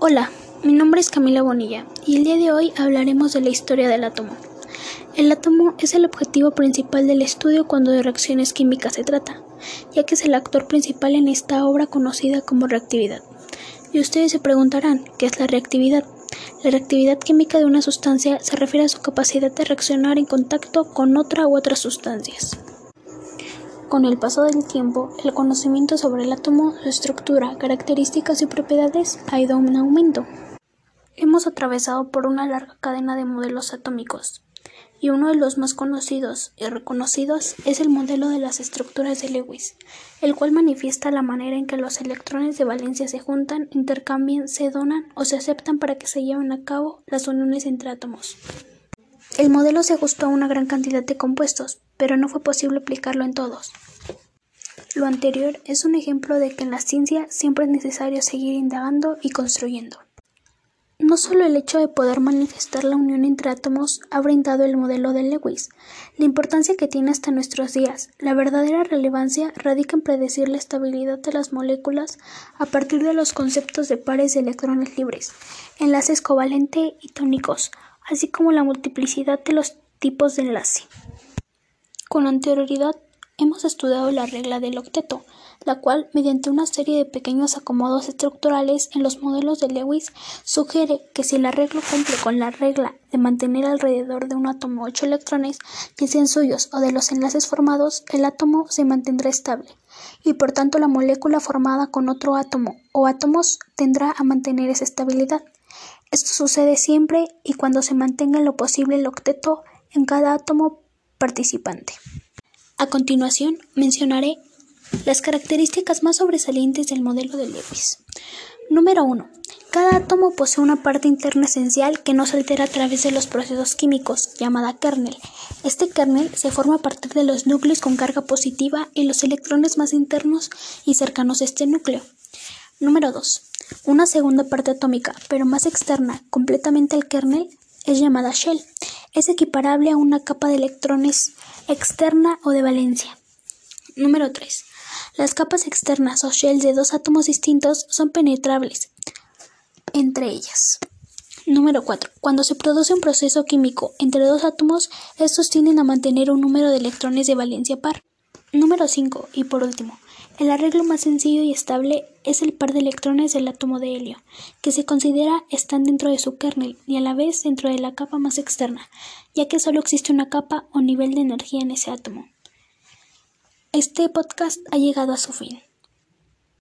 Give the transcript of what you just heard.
Hola, mi nombre es Camila Bonilla y el día de hoy hablaremos de la historia del átomo. El átomo es el objetivo principal del estudio cuando de reacciones químicas se trata, ya que es el actor principal en esta obra conocida como reactividad. Y ustedes se preguntarán, ¿qué es la reactividad? La reactividad química de una sustancia se refiere a su capacidad de reaccionar en contacto con otra u otras sustancias. Con el paso del tiempo, el conocimiento sobre el átomo, su estructura, características y propiedades ha ido en aumento. Hemos atravesado por una larga cadena de modelos atómicos, y uno de los más conocidos y reconocidos es el modelo de las estructuras de Lewis, el cual manifiesta la manera en que los electrones de valencia se juntan, intercambian, se donan o se aceptan para que se lleven a cabo las uniones entre átomos. El modelo se ajustó a una gran cantidad de compuestos, pero no fue posible aplicarlo en todos. Lo anterior es un ejemplo de que en la ciencia siempre es necesario seguir indagando y construyendo. No solo el hecho de poder manifestar la unión entre átomos ha brindado el modelo de Lewis, la importancia que tiene hasta nuestros días. La verdadera relevancia radica en predecir la estabilidad de las moléculas a partir de los conceptos de pares de electrones libres, enlaces covalente y tónicos, así como la multiplicidad de los tipos de enlace. Con anterioridad hemos estudiado la regla del octeto, la cual, mediante una serie de pequeños acomodos estructurales en los modelos de Lewis, sugiere que si el arreglo cumple con la regla de mantener alrededor de un átomo 8 electrones, ya sean suyos o de los enlaces formados, el átomo se mantendrá estable, y por tanto la molécula formada con otro átomo o átomos tendrá a mantener esa estabilidad. Esto sucede siempre y cuando se mantenga en lo posible el octeto en cada átomo participante. A continuación, mencionaré las características más sobresalientes del modelo de Lewis. Número 1. Cada átomo posee una parte interna esencial que no se altera a través de los procesos químicos, llamada kernel. Este kernel se forma a partir de los núcleos con carga positiva y los electrones más internos y cercanos a este núcleo. Número 2. Una segunda parte atómica, pero más externa, completamente al kernel, es llamada shell. Es equiparable a una capa de electrones externa o de valencia. Número 3. Las capas externas o shells de dos átomos distintos son penetrables entre ellas. Número 4. Cuando se produce un proceso químico entre dos átomos, estos tienden a mantener un número de electrones de valencia par. Número 5. Y por último, el arreglo más sencillo y estable es el par de electrones del átomo de helio, que se considera están dentro de su kernel y a la vez dentro de la capa más externa, ya que solo existe una capa o nivel de energía en ese átomo. Este podcast ha llegado a su fin.